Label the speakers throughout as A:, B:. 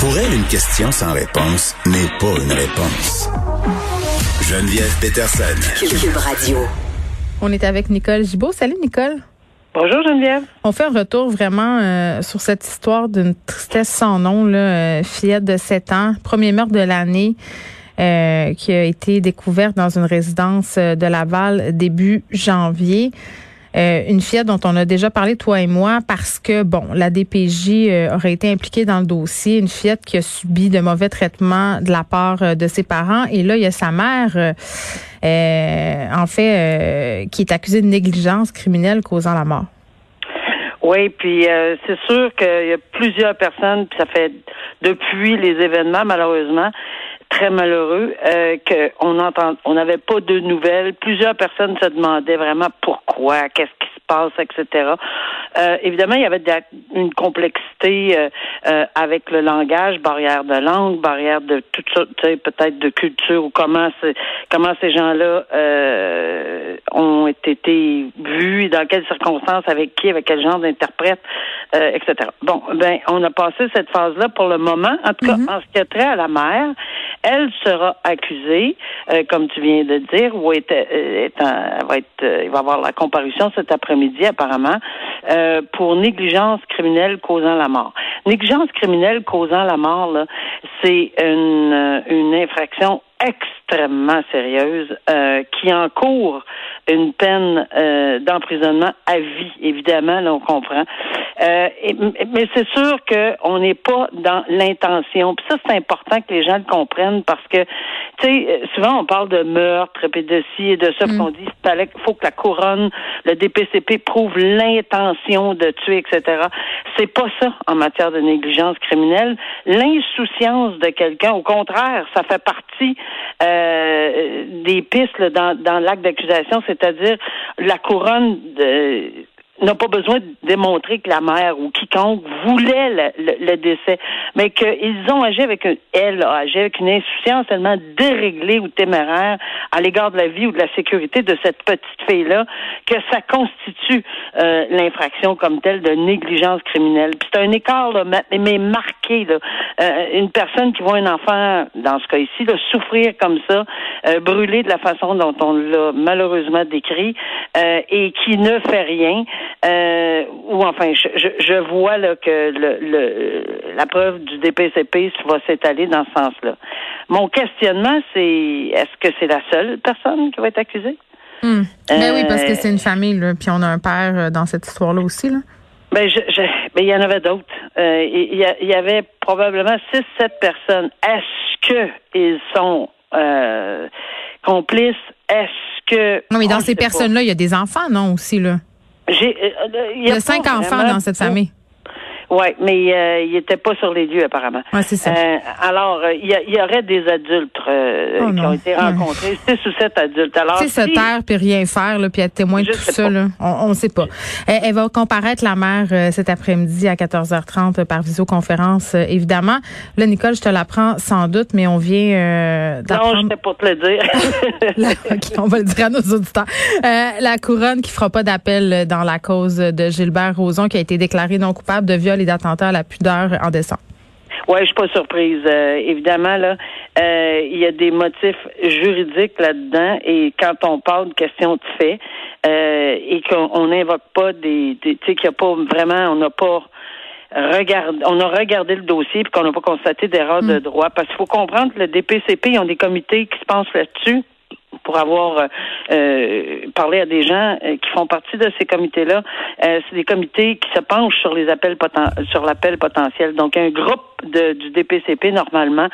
A: Pour elle, une question sans réponse n'est pas une réponse. Geneviève Peterson.
B: Cube Radio.
C: On est avec Nicole Gibault. Salut, Nicole.
D: Bonjour Geneviève.
C: On fait un retour vraiment sur cette histoire d'une tristesse sans nom, là, fillette de 7 ans, premier meurtre de l'année, qui a été découverte dans une résidence de Laval début janvier. Une fillette dont on a déjà parlé, toi et moi, parce que, bon, la DPJ aurait été impliquée dans le dossier. Une fillette qui a subi de mauvais traitements de la part de ses parents. Et là, il y a sa mère, qui est accusée de négligence criminelle causant la mort.
D: Oui, puis c'est sûr qu'il y a plusieurs personnes, puis ça fait depuis les événements, malheureusement, très malheureux, on n'avait pas de nouvelles. Plusieurs personnes se demandaient vraiment pourquoi, qu'est-ce qui se passe, etc. Évidemment, il y avait une complexité avec le langage, barrière de langue, barrière de tout ça, tu sais, peut-être de culture, ou comment ces gens-là ont été vus, dans quelles circonstances, avec qui, avec quel genre d'interprète, etc. Bon, ben, on a passé cette phase-là pour le moment. En tout cas, en ce qui a trait à la mère, elle sera accusée, comme tu viens de dire, il va avoir la comparution cet après-midi apparemment, pour négligence criminelle causant la mort. Négligence criminelle causant la mort, là, c'est une infraction extrêmement sérieuse qui encourt une peine d'emprisonnement à vie, évidemment, là, on comprend. Mais c'est sûr qu'on n'est pas dans l'intention. Puis ça, c'est important que les gens le comprennent parce que, tu sais, souvent on parle de meurtre, et de ci et de ça, puis on dit qu'il faut que la couronne, le DPCP prouve l'intention de tuer, etc. C'est pas ça en matière de négligence criminelle. L'insouciance de quelqu'un, au contraire, ça fait partie des pistes là, dans l'acte d'accusation, c'est-à-dire la couronne n'a pas besoin de démontrer que la mère ou quiconque voulait le décès, mais qu'ils ont agi elle a agi avec une insouciance tellement déréglée ou téméraire à l'égard de la vie ou de la sécurité de cette petite fille-là que ça constitue l'infraction comme telle de négligence criminelle. Puis c'est un écart, là, mais marqué, là. Une personne qui voit un enfant, dans ce cas ici, là, souffrir comme ça, brûler de la façon dont on l'a malheureusement décrit, et qui ne fait rien, ou enfin, je vois là que la preuve du DPCP va s'étaler dans ce sens-là. Mon questionnement, c'est est-ce que c'est la seule personne qui va être accusée?
C: Ben oui, parce que c'est une famille, là, puis on a un père dans cette histoire-là aussi, là.
D: Ben, il y en avait d'autres. Il y avait probablement 6-7 personnes. Est-ce que ils sont complices? Est-ce que...
C: Non, mais dans ces personnes-là, il y a des enfants, non, aussi, là? Il y a 5 enfants dans cette famille.
D: Oui, mais il n'était pas sur les lieux, apparemment.
C: Oui, c'est ça.
D: Alors, il y aurait des adultes qui ont été rencontrés, 6 ou 7 adultes. Alors,
C: se taire puis rien faire, là, puis être témoin de tout ça, là, on ne sait pas. Elle va comparaître, la mère, cet après-midi à 14h30 par visioconférence, évidemment. Là, Nicole, je te l'apprends sans doute, mais on vient d'apprendre...
D: Non, je n'étais pas te le dire.
C: OK, on va le dire à nos auditeurs. La couronne qui fera pas d'appel dans la cause de Gilbert Rozon, qui a été déclaré non coupable de viol et d'attentat à la pudeur en décembre.
D: Oui, je suis pas surprise. Évidemment, là, il y a des motifs juridiques là-dedans, et quand on parle de questions de fait, et qu'on n'invoque pas tu sais, qu'il n'y a pas vraiment, on a regardé le dossier puis qu'on n'a pas constaté d'erreur de droit, parce qu'il faut comprendre que le DPCP, ils ont des comités qui se penchent là-dessus. Pour avoir parlé à des gens qui font partie de ces comités-là, c'est des comités qui se penchent sur sur l'appel potentiel. Donc, un groupe du DPCP, normalement,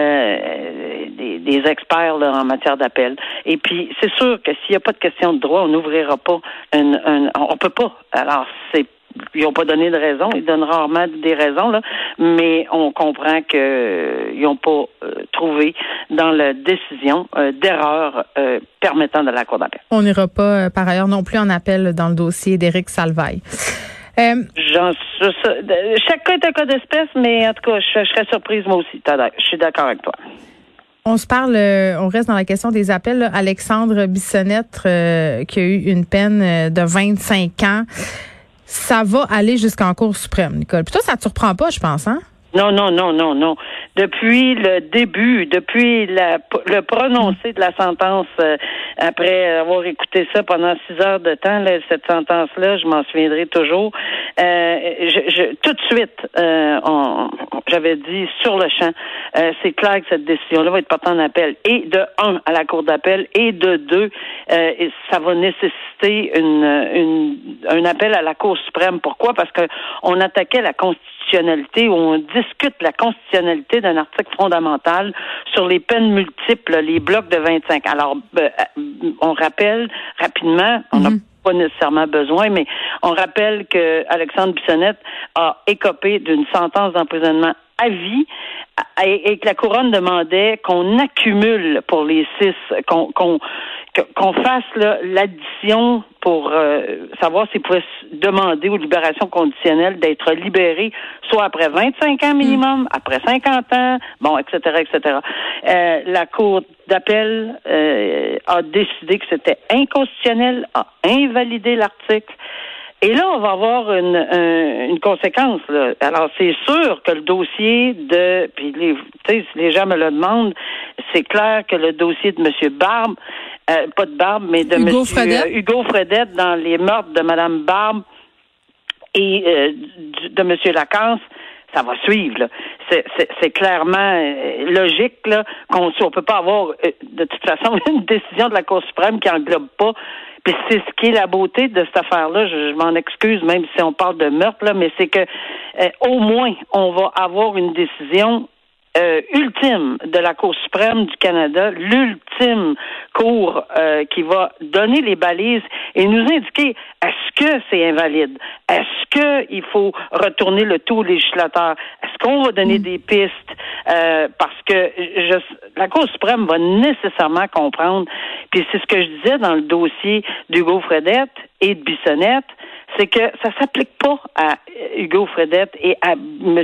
D: des experts là, en matière d'appel. Et puis, c'est sûr que s'il n'y a pas de question de droit, on n'ouvrira pas on peut pas. Alors, ils n'ont pas donné de raison, ils donnent rarement des raisons, là, mais on comprend qu'ils n'ont pas trouvé dans la décision d'erreur permettant de la Cour d'appel.
C: On n'ira pas, par ailleurs, non plus en appel dans le dossier d'Éric Salvaille.
D: Chaque cas est un cas d'espèce, mais en tout cas, je serais surprise moi aussi. Je suis d'accord avec toi.
C: On se parle, on reste dans la question des appels. Là. Alexandre Bissonnette, qui a eu une peine de 25 ans. Ça va aller jusqu'en Cour suprême, Nicole. Puis toi, ça te surprend pas, je pense, hein?
D: Non. Depuis le début, depuis le prononcé de la sentence, après avoir écouté ça pendant 6 heures de temps, là, cette sentence-là, je m'en souviendrai toujours. Tout de suite, j'avais dit sur le champ, c'est clair que cette décision-là va être portée en appel. Et de 1 à la Cour d'appel, et de 2, ça va nécessiter un appel à la Cour suprême. Pourquoi? Parce que on attaquait la constitutionnalité, où on discute la constitutionnalité d'un article fondamental sur les peines multiples, les blocs de 25. Alors, on rappelle rapidement, on n'a pas nécessairement besoin, mais on rappelle que Alexandre Bissonnette a écopé d'une sentence d'emprisonnement à vie et que la couronne demandait qu'on accumule pour les 6, qu'on fasse là, l'addition pour savoir s'il pouvait demander aux libérations conditionnelles d'être libéré soit après 25 ans minimum, après 50 ans, bon, etc., etc. La Cour d'appel a décidé que c'était inconstitutionnel, a invalidé l'article. Et là, on va avoir une conséquence, là. Alors, c'est sûr que le dossier puis les gens me le demandent, c'est clair que le dossier de M. Barbe, pas de Barbe, mais de Hugo Fredette dans les meurtres de Mme Barbe et de M. Lacasse, ça va suivre, là. C'est clairement logique, là, qu'on peut pas avoir, de toute façon, une décision de la Cour suprême qui englobe pas. Puis c'est ce qui est la beauté de cette affaire-là. Je m'en excuse, même si on parle de meurtre, là, mais c'est que au moins, on va avoir une décision ultime de la Cour suprême du Canada, l'ultime cour qui va donner les balises et nous indiquer est-ce que c'est invalide, est-ce qu'il faut retourner le tout au législateur, est-ce qu'on va donner des pistes, parce que la Cour suprême va nécessairement comprendre, puis c'est ce que je disais dans le dossier d'Hugo Fredette et de Bissonnette, c'est que ça s'applique pas à Hugo Fredette et à M.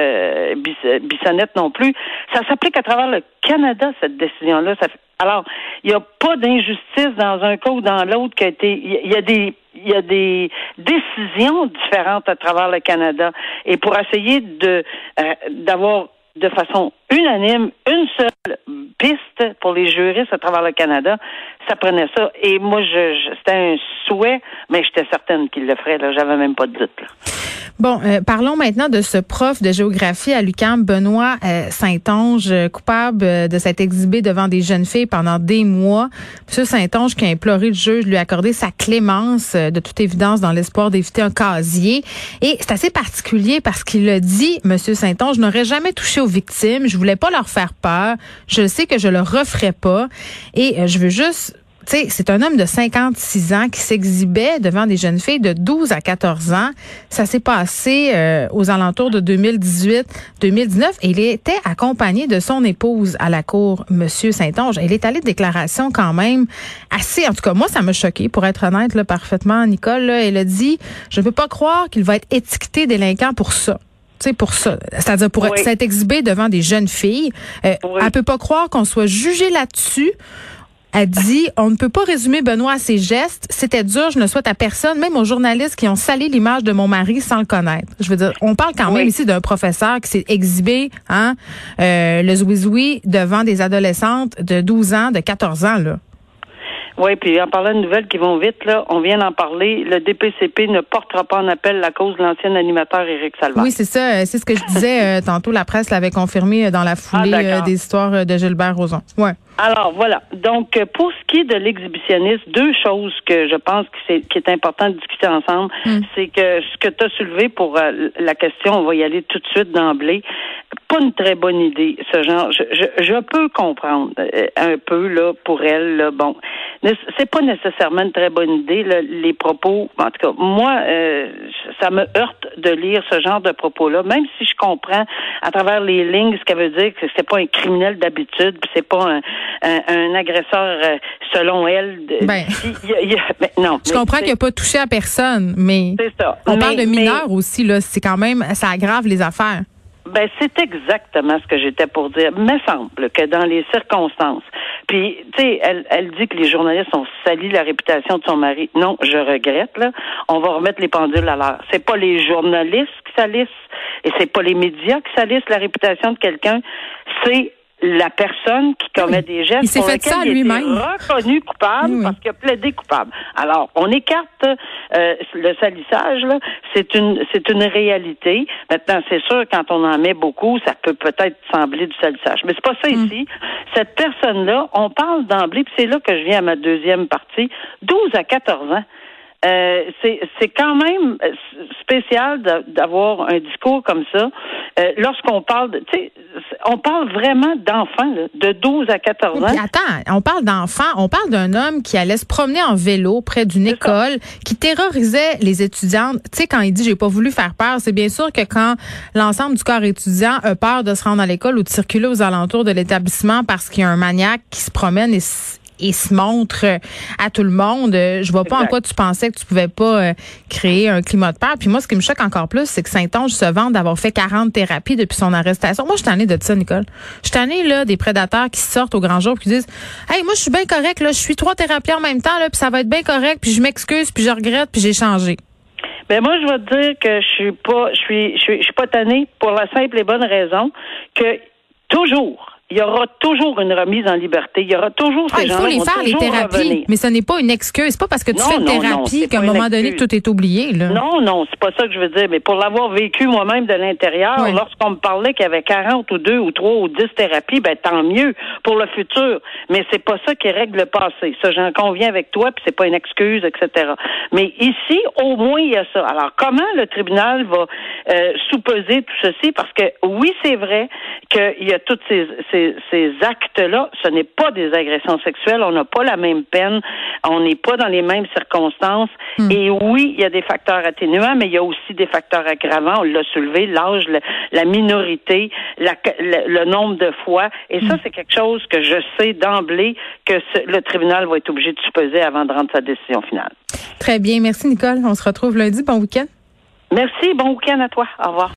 D: Bissonnette non plus. Ça s'applique à travers le Canada, cette décision-là. Alors, il n'y a pas d'injustice dans un cas ou dans l'autre qui a été... Il y a des décisions différentes à travers le Canada. Et pour essayer d'avoir de façon unanime une seule piste pour les juristes à travers le Canada, ça prenait ça. Et moi, c'était un souhait, mais j'étais certaine qu'il le ferait. Là, j'avais même pas de doute. Là.
C: Bon, parlons maintenant de ce prof de géographie à l'UQAM, Benoît Saint-Onge, coupable de s'être exhibé devant des jeunes filles pendant des mois. M. Saint-Onge qui a imploré le juge de lui accorder sa clémence, de toute évidence, dans l'espoir d'éviter un casier. Et c'est assez particulier parce qu'il a dit, M. Saint-Onge, je n'aurais jamais touché aux victimes, je voulais pas leur faire peur, je sais que je le referais pas. Et je veux juste... Tu sais, c'est un homme de 56 ans qui s'exhibait devant des jeunes filles de 12 à 14 ans. Ça s'est passé aux alentours de 2018-2019 et il était accompagné de son épouse à la cour, Monsieur Saint-Onge. Il est allé de déclaration quand même assez... En tout cas, moi, ça m'a choqué, pour être honnête, là, parfaitement. Nicole, là, elle a dit, je ne peux pas croire qu'il va être étiqueté délinquant pour ça. Tu sais, pour ça. C'est-à-dire pour s'être exhibé devant des jeunes filles. Elle peut pas croire qu'on soit jugé là-dessus. Elle dit, on ne peut pas résumer Benoît à ses gestes. C'était dur, je ne souhaite à personne, même aux journalistes qui ont sali l'image de mon mari sans le connaître. Je veux dire, on parle quand même ici d'un professeur qui s'est exhibé, le zouizoui devant des adolescentes de 12 ans, de 14 ans, là.
D: Oui, puis en parlant de nouvelles qui vont vite, là, on vient d'en parler. Le DPCP ne portera pas en appel la cause de l'ancien animateur Éric Salvaire.
C: Oui, c'est ça. C'est ce que je disais tantôt. La presse l'avait confirmé dans la foulée des histoires de Gilbert Rozon. Ouais.
D: Alors, voilà. Donc, pour ce qui est de l'exhibitionniste, 2 choses que je pense qui est important de discuter ensemble, c'est que ce que tu as soulevé pour la question, on va y aller tout de suite d'emblée, pas une très bonne idée, ce genre. Je peux comprendre un peu, là, pour elle, là, bon. C'est pas nécessairement une très bonne idée, là, les propos. En tout cas, moi, ça me heurte de lire ce genre de propos-là, même si je comprends à travers les lignes ce qu'elle veut dire, que c'est pas un criminel d'habitude, puis c'est pas un agresseur selon elle. Non.
C: Je comprends qu'il n'a pas touché à personne, mais c'est ça. On parle de mineurs aussi, là. C'est quand même, ça aggrave les affaires.
D: Ben, c'est exactement ce que j'étais pour dire. Il me semble que dans les circonstances, Puis, tu sais, elle dit que les journalistes ont sali la réputation de son mari. Non, je regrette, là. On va remettre les pendules à l'heure. C'est pas les journalistes qui salissent et c'est pas les médias qui salissent la réputation de quelqu'un. C'est la personne qui commet des gestes
C: il s'est
D: pour
C: fait
D: lesquels
C: ça
D: il
C: lui-même.
D: est reconnu coupable parce qu'il a plaidé coupable. Alors, on écarte le salissage, là. C'est une réalité. Maintenant, c'est sûr, quand on en met beaucoup, ça peut peut-être sembler du salissage. Mais c'est pas ça ici. Cette personne-là, on parle d'emblée, puis c'est là que je viens à ma deuxième partie, 12 à 14 ans. C'est quand même spécial d'avoir un discours comme ça. Lorsqu'on parle, tu sais, on parle vraiment d'enfants, là, de 12 à 14 ans.
C: Puis attends, on parle d'enfants, on parle d'un homme qui allait se promener en vélo près d'une école, qui terrorisait les étudiantes. Tu sais, quand il dit « j'ai pas voulu faire peur », c'est bien sûr que quand l'ensemble du corps étudiant a peur de se rendre à l'école ou de circuler aux alentours de l'établissement parce qu'il y a un maniaque qui se promène et se montre à tout le monde. Je vois pas en quoi tu pensais que tu pouvais pas créer un climat de peur. Puis moi, ce qui me choque encore plus, c'est que Saint-Onge se vante d'avoir fait 40 thérapies depuis son arrestation. Moi, je suis tannée de ça, Nicole. Je suis tannée, là, des prédateurs qui sortent au grand jour et qui disent « Hey, moi, je suis bien correct, là, je suis 3 thérapies en même temps, là, puis ça va être bien correct, puis je m'excuse, puis je regrette, puis j'ai changé. »
D: Ben moi, je vais te dire que je suis pas tannée pour la simple et bonne raison que toujours, il y aura toujours une remise en liberté. Il y aura toujours ces gens-là
C: il faut les faire, les thérapies. Revenir. Mais ce n'est pas une excuse. C'est pas parce que tu fais une thérapie qu'à un moment donné, tout est oublié, là.
D: Non, c'est pas ça que je veux dire. Mais pour l'avoir vécu moi-même de l'intérieur, lorsqu'on me parlait qu'il y avait 40 ou 2 ou 3 ou 10 thérapies, ben tant mieux pour le futur. Mais c'est pas ça qui règle le passé. Ça, j'en conviens avec toi, puis c'est pas une excuse, etc. Mais ici, au moins, il y a ça. Alors, comment le tribunal va sous-peser tout ceci? Parce que oui, c'est vrai qu'il y a toutes ces actes-là, ce n'est pas des agressions sexuelles, on n'a pas la même peine, on n'est pas dans les mêmes circonstances. Et oui, il y a des facteurs atténuants, mais il y a aussi des facteurs aggravants. On l'a soulevé, l'âge, la minorité, le nombre de fois. Et ça, c'est quelque chose que je sais d'emblée que le tribunal va être obligé de sous-peser avant de rendre sa décision finale.
C: Très bien. Merci, Nicole. On se retrouve lundi. Bon week-end.
D: Merci. Bon week-end à toi. Au revoir.